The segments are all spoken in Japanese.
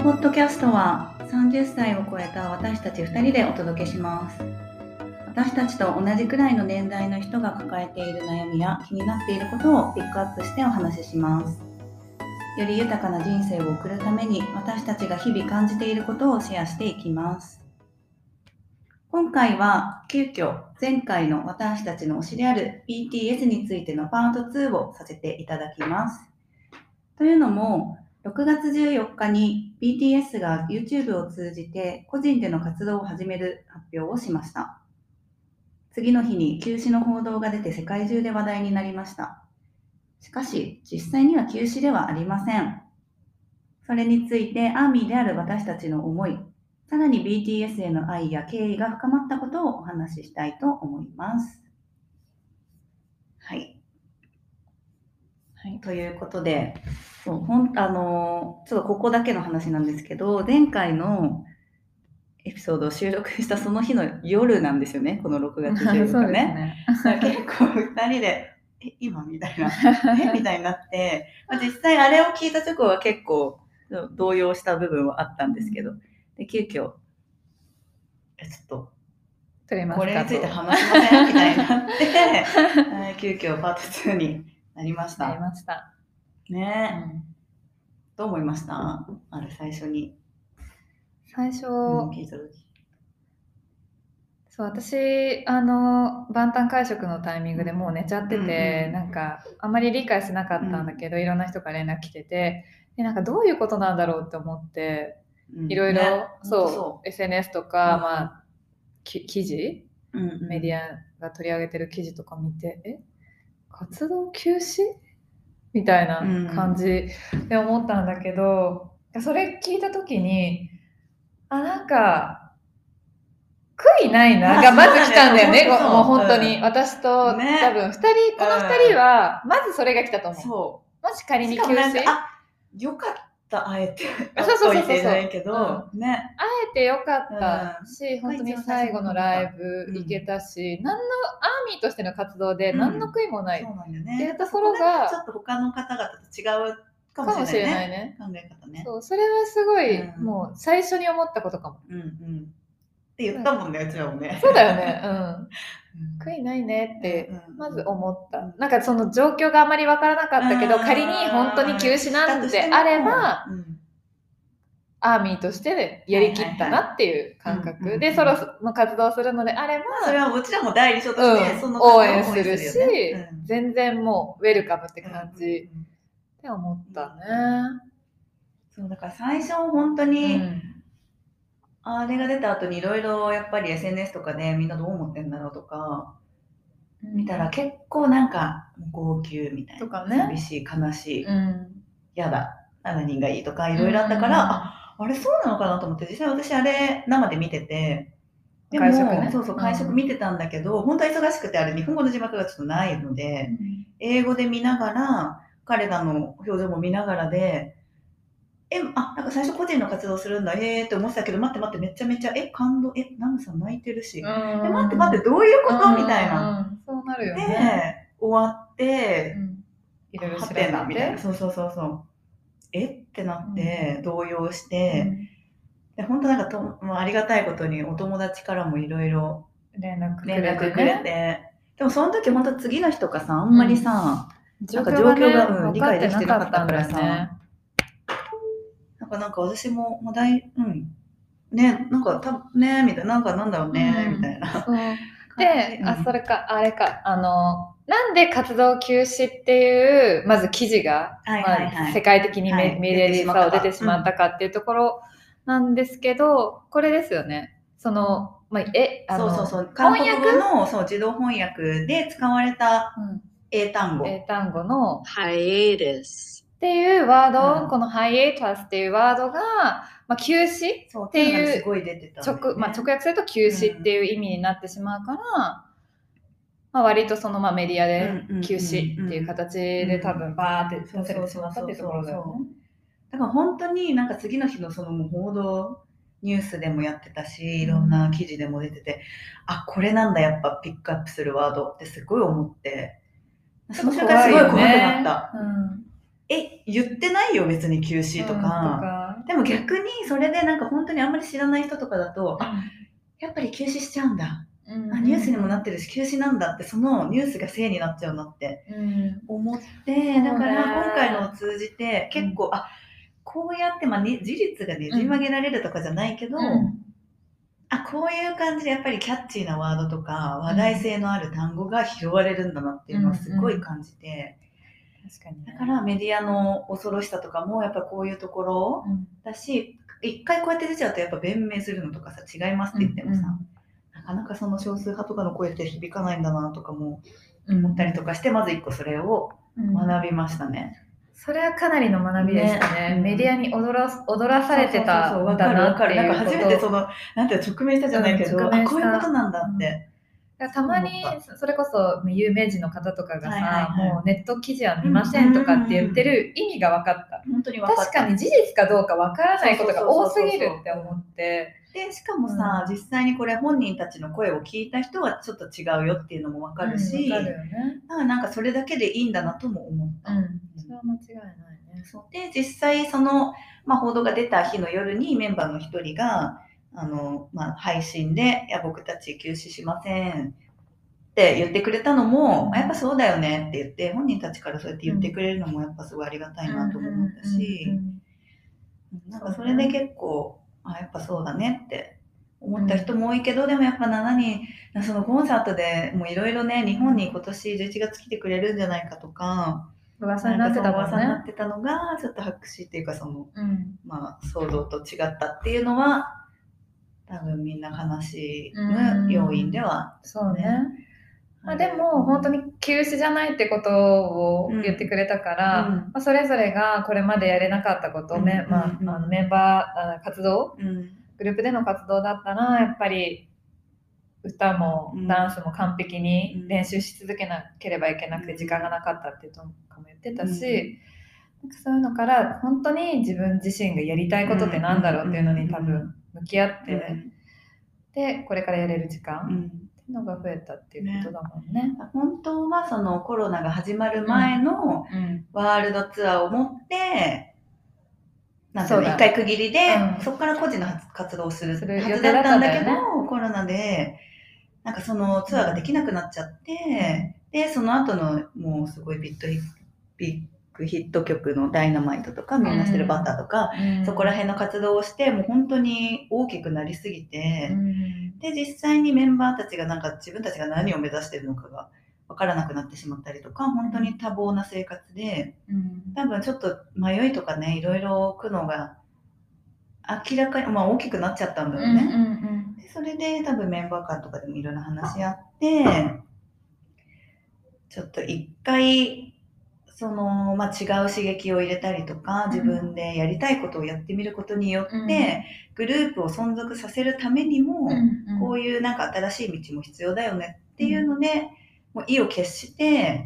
ポッドキャストは30歳を超えた私たち2人でお届けします。私たちと同じくらいの年代の人が抱えている悩みや気になっていることをピックアップしてお話しします。より豊かな人生を送るために私たちが日々感じていることをシェアしていきます。今回は急遽前回の私たちの推しである BTS についてのパート2をさせていただきます。というのも6月14日に BTS が YouTube を通じて個人での活動を始める発表をしました。次の日に休止の報道が出て世界中で話題になりました。しかし実際には休止ではありません。それについてアーミーである私たちの思い、さらに BTS への愛や敬意が深まったことをお話ししたいと思います。はい。ということで、ちょっとここだけの話なんですけど、前回のエピソードを収録したその日の夜なんですよね、この6月14日ね。結構2人で、今みたいな、みたいになって、実際あれを聞いた直後は結構動揺した部分はあったんですけど、で急遽、ちょっと、これについて話しませんみたいになって、急遽パート2になりました。ね、どう思いました？あれ最初に。聞いた時。 そう、私万端会食のタイミングでもう寝ちゃってて、なんかあんまり理解しなかったんだけど、いろんな人から連絡来てて、でなんかどういうことなんだろうって思って、いろいろSNS とか、記事、メディアが取り上げてる記事とか見て、活動休止みたいな感じで思ったんだけど、それ聞いた時になんか悔いないながまず来たんだよね。もう本当に私と、多分この2人はまずそれが来たと思う。もし仮に休止、 よかったあえてそう言ってないけど、 あえてよかったし、本当に最後のライブ行けたし、何のアーミーとしての活動で何の悔いもないっていうところが、 ちょっと他の方々と違うかもしれないね。考え方ね。 そう、それはすごい、もう最初に思ったことかも。 って言ったもんね、うちらもね。 そうだよね。悔いないねってまず思った。なんかその状況があまり分からなかったけど、仮に本当に休止なんであれば、アーミーとしてやりきったなっていう感覚で、ソロの活動するのであれば、 それはもちろんも第二章としてその応援するし、全然もうウェルカムって感じって思ったね。 そうだから最初本当に、あれが出た後にいろいろやっぱり SNS とかでみんなどう思ってんだろうとか見たら結構なんか号泣みたいな、寂しい悲しい、やだ7人がいいとかいろいろあったから、あれそうなのかなと思って、実際私あれ生で見てて、でも会食見てたんだけど、本当は忙しくてあれ日本語の字幕がちょっとないので、英語で見ながら彼らの表情も見ながらで、なんか最初個人の活動するんだって思ってたけど、待ってめちゃめちゃ感動、ナムさん泣いてるし、待ってどういうことみたいな。 そうなるよね。 で終わって、 いろいろ調べてみたいな、そうってなって動揺して、で本当なんかありがたいことにお友達からもいろいろ連絡くれて、でもその時本当次の日とかさ、あんまりさ、なんか状況が理解できてなかったからさ、なんか私もなんかねみたいな、なんだろうねみたいな。 で、それかあれかなんで活動休止っていうまず記事が世界的にメディアに出てしまったかっていうところなんですけど、これですよね。その韓国語の自動翻訳で使われた英単語の hiatus っていうワード、このハイエイタスっていうワードが、休止っていう直訳すると休止っていう意味になってしまうから、割とそのメディアで休止っていう形で多分バーって出されてしまったっていうところだよね。 だから本当になんか次の日のそのもう報道ニュースでもやってたし、いろんな記事でも出てて、これなんだやっぱピックアップするワードってすごい思って、その瞬間すごい怖くなった。言ってないよ別に休止とかでも逆にそれでなんか本当にあんまり知らない人とかだと、やっぱり休止しちゃうんだ、ニュースにもなってるし休止なんだって、そのニュースがせいになっちゃうなって思って、だから今回のを通じて結構、こうやって、事実がねじ曲げられるとかじゃないけど、こういう感じでやっぱりキャッチーなワードとか話題性のある単語が拾われるんだなっていうのをすごい感じて、 確かにね、 だからメディアの恐ろしさとかもやっぱこういうところだし、一回こうやって出ちゃうとやっぱ弁明するのとかさ、違いますって言ってもさ、なかなかその少数派とかの声って響かないんだなとかも思ったりとかして、まず一個それを学びましたね。 それはかなりの学びでしたね。メディアに踊らされてたんだなっていうこと。 なんか初めてそのなんて直面したじゃないけど、こういうことなんだって。 たまにそれこそ有名人の方とかがさ、もうネット記事は見ませんとかって言ってる意味が分かった。 本当に分かった。 確かに事実かどうか分からないことが多すぎるって思って。 でしかもさ、実際にこれ本人たちの声を聞いた人はちょっと違うよっていうのも分かるし、 分かるよね。 なんかそれだけでいいんだなとも思った。 それは間違いないね。 そうで実際その、報道が出た日の夜にメンバーの一人が配信で「いや僕たち休止しません」って言ってくれたのも、やっぱそうだよねって言って、本人たちからそうやって言ってくれるのもやっぱすごいありがたいなと思ったし、なんかそれで結構やっぱそうだねって思った人も多いけど、でもやっぱ7人そのコンサートでもういろいろね、日本に今年11月来てくれるんじゃないかとか噂になってたもんね。 噂になってたのがちょっと白紙っていうかその、想像と違ったっていうのは多分みんな悲しむ要因では、 そうね。でも本当に休止じゃないってことを言ってくれたから、それぞれがこれまでやれなかったことをメンバー活動、グループでの活動だったらやっぱり歌もダンスも完璧に練習し続けなければいけなくて時間がなかったっていうとかも言ってたし、そういうのから本当に自分自身がやりたいことってなんだろうっていうのに多分向き合って、でこれからやれる時間っていうのが増えたっていうことだもんね。 本当はそのコロナが始まる前のワールドツアーを持って、なんか一回区切りで、そこから個人の活動をするはずだったんだけど、コロナでなんかそのツアーができなくなっちゃって、でその後のもうすごいビッグヒット曲のダイナマイトとかみんなしてるバターとか、そこら辺の活動をしてもう本当に大きくなりすぎて、で実際にメンバーたちがなんか自分たちが何を目指してるのかが分からなくなってしまったりとか、本当に多忙な生活で、多分ちょっと迷いとかね、いろいろ苦悩が明らかに、大きくなっちゃったんだよね。でそれで多分メンバー間とかでもいろんな話し合って、ちょっと一回その、違う刺激を入れたりとか、自分でやりたいことをやってみることによって、グループを存続させるためにも、こういうなんか新しい道も必要だよねっていうので、もう意を決して、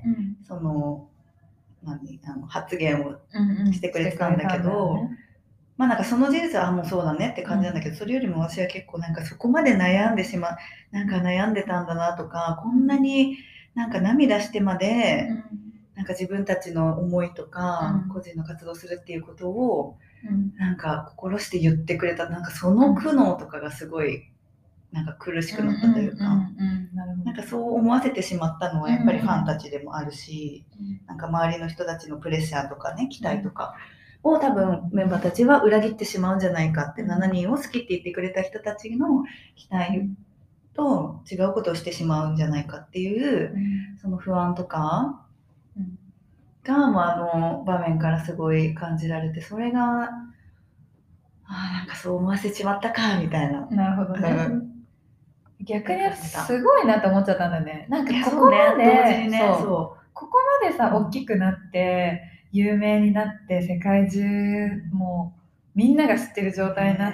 その発言をしてくれてたんだけど、なんかその事実はもうそうだねって感じなんだけど、それよりも私は結構なんかそこまで悩んでなんか悩んでたんだなとか、こんなになんか涙してまで、なんか自分たちの思いとか、個人の活動するっていうことを、なんか心して言ってくれた、なんかその苦悩とかがすごいなんか苦しくなったというか、なんかそう思わせてしまったのはやっぱりファンたちでもあるし、なんか周りの人たちのプレッシャーとかね、期待とかを多分メンバーたちは裏切ってしまうんじゃないかって、7人を好きって言ってくれた人たちの期待と違うことをしてしまうんじゃないかっていう、その不安とかがあの場面からすごい感じられて、それがなんかそう思わせちまったかみたいな。 なるほどね。逆にすごいなと思っちゃったんだね。なんかここまで、ここまでさ、大きくなって有名になって世界中もうみんなが知ってる状態になって、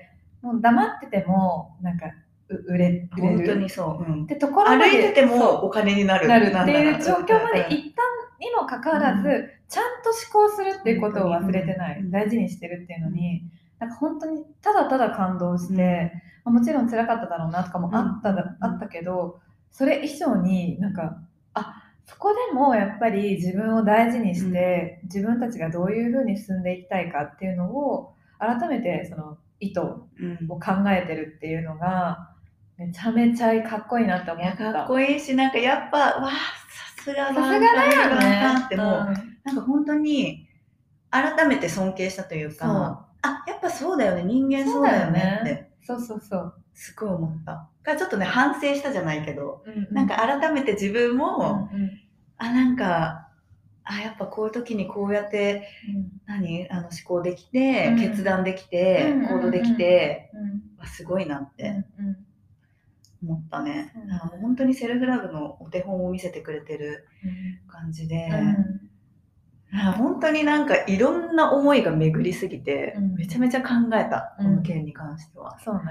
もう黙っててもなんか売れる。 本当にそう。 ってところまで歩いててもお金になるっていう状況まで一旦にもかかわらず、ちゃんと思考するっていうことを忘れてない、大事にしてるっていうのに、なんか本当にただただ感動して、もちろん辛かっただろうなとかもあったけど、それ以上になんかそこでもやっぱり自分を大事にして、自分たちがどういうふうに進んでいきたいかっていうのを改めてその意図をうん考えてるっていうのがめちゃめちゃかっこいいなって思いやった。 かっこいいし、なんかやっぱわあさすがさすがワンだよファミリーワンね。 タンってもう、 うんなんか本当に改めて尊敬したというか、あ、やっぱそうだよね、人間そうだよねってそうそうそう。 すごい思った。がちょっとね、反省したじゃないけど、 うんうんなんか改めて自分も、 うんうんあ、なんか、あ、やっぱこういう時にこうやって、 うん思考できて、 うん決断できて、 うん行動できて、 うんすごいなってうんうん思ったね。 そうねもう本当にセルフラブのお手本を見せてくれてる感じで、本当になんかいろんな思いが巡りすぎて、 うんめちゃめちゃ考えた、この件に関しては。 そうね。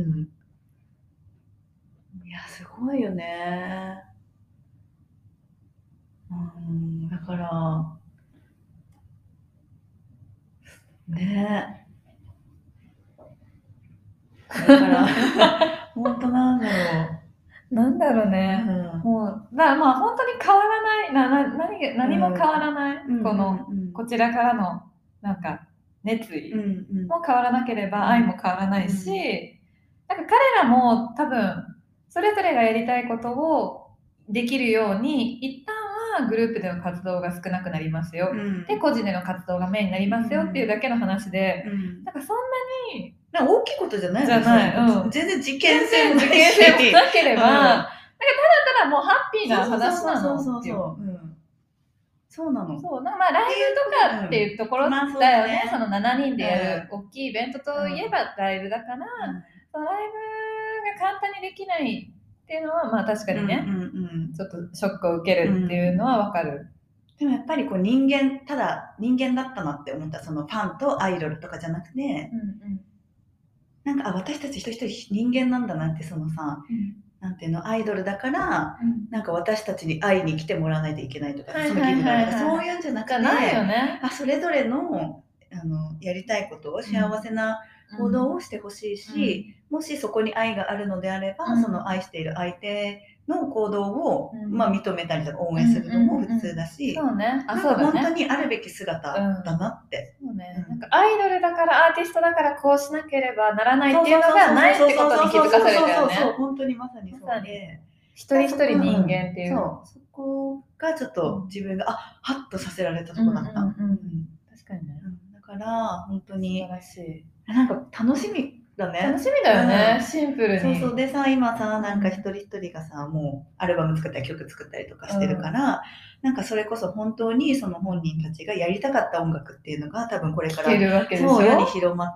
いや、すごいよね。だから、ねだから、本当なんだろなんだろうう。 ね。もうまあ本当に変わらない何も変わらない、このこちらからのなんか熱意も変わらなければ愛も変わらないし、なんか彼らも多分それぞれがやりたいことをできるように一旦はグループでの活動が少なくなりますよ、で個人での活動がメインになりますよっていうだけの話で、なんかそんなになんか大きいことじゃないじゃない、 全然事件性もないし、 事件性もなければ、なんかただもうハッピーな話なのっていう。 そうなの。 そう、なんかまあライブとかっていうところだよね。その7人でやる大きいイベントといえばライブだから、そのライブが簡単にできないっていうのはまあ確かにね、ちょっとショックを受けるっていうのはわかる。 でもやっぱりこうただ人間だったなって思った。そのファンとアイドルとかじゃなくて、なんか私たち一人一人人間なんだなって、そのさ、なんていうの、アイドルだから、なんか私たちに会いに来てもらわないといけないとか、その義務があるとか、そういうんじゃなくて、それぞれのやりたいことを、幸せな行動をしてほしいし、もしそこに愛があるのであれば、その愛している相手の行動を、認めたりとか応援するのも普通だし、なんか本当にあるべき姿だなって。 なんかアイドルだからアーティストだからこうしなければならないっていうのがないってことに気づかされたよね。 本当にまさにそうで、 一人一人人間っていう。 そこがちょっと自分がハッとさせられたとこだった。確かにね。 だから本当に素晴らしい。 なんか楽しみだね。 楽しみだよね、シンプルに。 そうでさ、今さ、なんか一人一人がさ、もうアルバム作ったり曲作ったりとかしてるから、なんかそれこそ本当にその本人たちがやりたかった音楽っていうのが多分これからそう世に広まって、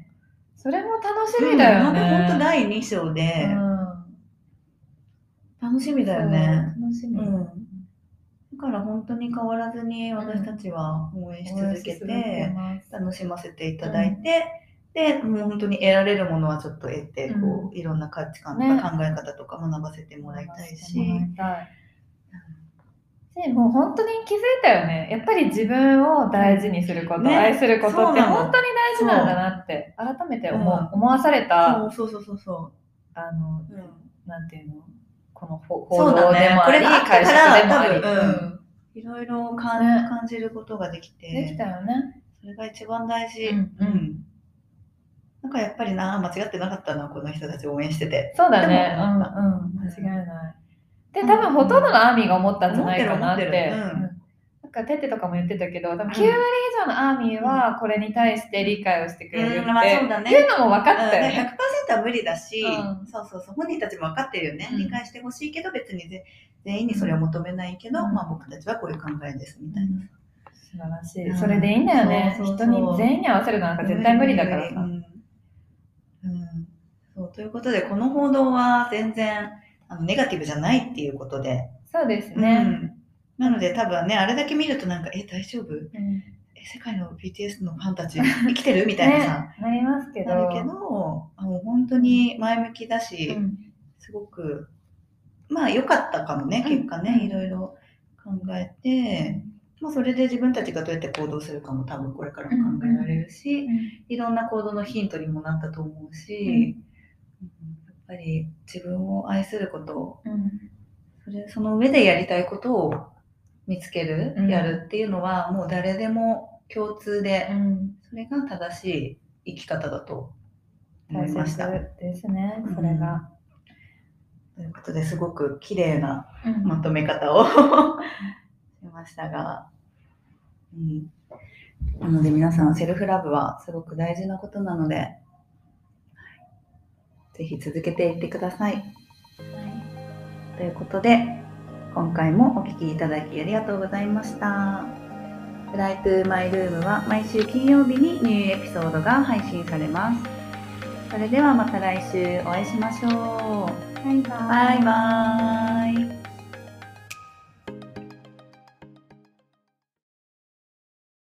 それも楽しみだよね。 また本当第2章で、楽しみだよね。 楽しみ。 だから本当に変わらずに私たちは応援し続けて、楽しませていただいて、で、もう本当に得られるものはちょっと得て、こういろんな価値観とか考え方とか学ばせてもらいたいし。 もう本当に気づいたよね。やっぱり自分を大事にすること、愛することって本当に大事なんだなって改めて思わされた。 そう。 なんていうの、この報道でもあり、会社でもあり、 いろいろ感じることができて。 できたよね。 それが一番大事。なんかやっぱり間違ってなかったな、この人たちを応援してて。 そうだね。間違いない。で、多分ほとんどのアーミーが思ったんじゃないかなって。なんかテテとかも言ってたけど、多分9割以上のアーミーはこれに対して理解をしてくれるっていうのも分かったよね。 100% は無理だし、本人たちも分かってるよね。理解してほしいけど、別に全員にそれを求めないけど、僕たちはこういう考えですみたいな。 素晴らしい。それでいいんだよね。人に全員に合わせるなんか絶対無理だからさ。 ということで、この報道は全然ネガティブじゃないっていうことで。 そうですね。 なので多分ね、あれだけ見るとなんか、大丈夫、世界の BTS のファンたち生きてるみたいなさ、 なりますけど。 なるけど、本当に前向きだし、すごく、良かったかもね、結果ね、いろいろ考えて、それで自分たちがどうやって行動するかも多分これからも考えられるし、いろんな行動のヒントにもなったと思うし、やっぱり自分を愛することを、その上でやりたいことを見つける、やるっていうのはもう誰でも共通で、 それが正しい生き方だと思大いました。 切ですね、それが。 ということですごく綺麗なうんまとめ方をしましたが、なので皆さんセルフラブはすごく大事なことなので、ぜひ続けていってください。ということで今回もお聞きいただきありがとうございました。フライトゥーマイルームは毎週金曜日にニューエピソードが配信されます。それではまた来週お会いしましょう。 バイバイ。 バイバイ。